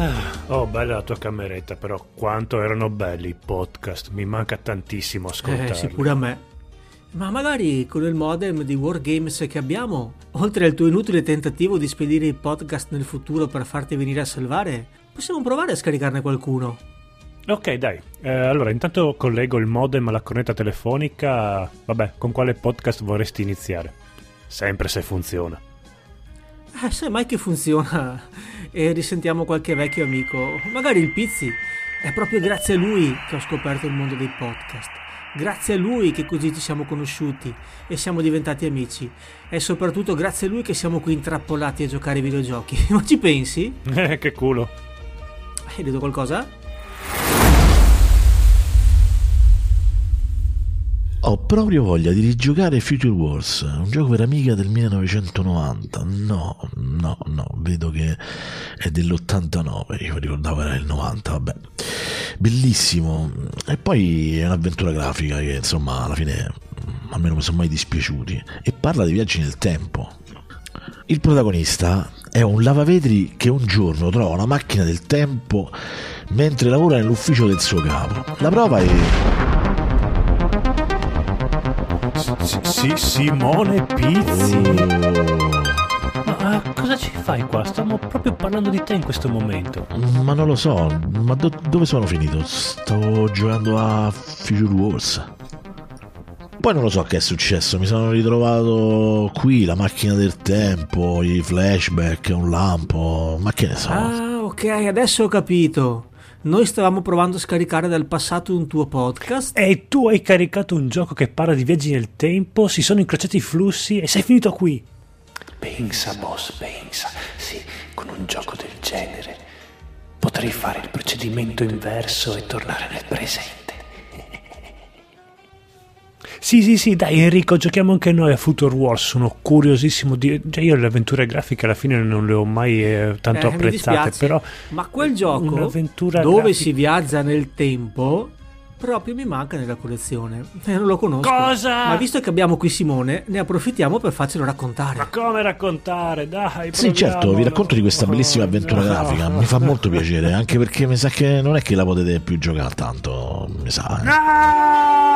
Oh, bella la tua cameretta, però quanto erano belli i podcast, mi manca tantissimo ascoltarli. Sì, pure a me. Ma magari con il modem di Wargames che abbiamo, oltre al tuo inutile tentativo di spedire i podcast nel futuro per farti venire a salvare, possiamo provare a scaricarne qualcuno. Ok, dai. Allora, intanto collego il modem alla cornetta telefonica. Vabbè, con quale podcast vorresti iniziare? Sempre se funziona. Sai mai che funziona e risentiamo qualche vecchio amico, magari il Pizzi. È proprio grazie a lui che ho scoperto il mondo dei podcast. Grazie a lui che così ci siamo conosciuti e siamo diventati amici. E soprattutto grazie a lui che siamo qui intrappolati a giocare ai videogiochi. Ma ci pensi? Che culo. Hai detto qualcosa? Ho proprio voglia di rigiocare Future Wars, un gioco per Amiga del 1990. No, vedo che è dell'89, io ricordavo era il 90, vabbè. Bellissimo. E poi è un'avventura grafica che insomma alla fine almeno mi sono mai dispiaciuti. E parla di viaggi nel tempo. Il protagonista è un lavavetri che un giorno trova una macchina del tempo mentre lavora nell'ufficio del suo capo. La prova è... Simone Pizzi. Ma cosa ci fai qua? Stiamo proprio parlando di te in questo momento. Ma non lo so, ma dove sono finito? Stavo giocando a Future Wars. Poi non lo so che è successo, mi sono ritrovato qui, la macchina del tempo, i flashback, un lampo, ma che ne so. Ah, ok, adesso ho capito. Noi stavamo provando a scaricare dal passato un tuo podcast. E tu hai caricato un gioco che parla di viaggi nel tempo, si sono incrociati i flussi e sei finito qui. Pensa, boss, pensa. Sì, con un gioco del genere potrei fare il procedimento inverso e tornare nel presente. Sì, dai Enrico, giochiamo anche noi a Future Wars, sono curiosissimo cioè io le avventure grafiche alla fine non le ho mai tanto apprezzate, però ma quel gioco un'avventura dove grafica... si viaggia nel tempo proprio mi manca nella collezione, non lo conosco. Cosa? Ma visto che abbiamo qui Simone, ne approfittiamo per farcelo raccontare. Ma come raccontare? Dai, sì, certo, vi racconto di questa bellissima avventura grafica, mi fa molto piacere, anche perché mi sa che non è che la potete più giocare tanto, mi sa. No!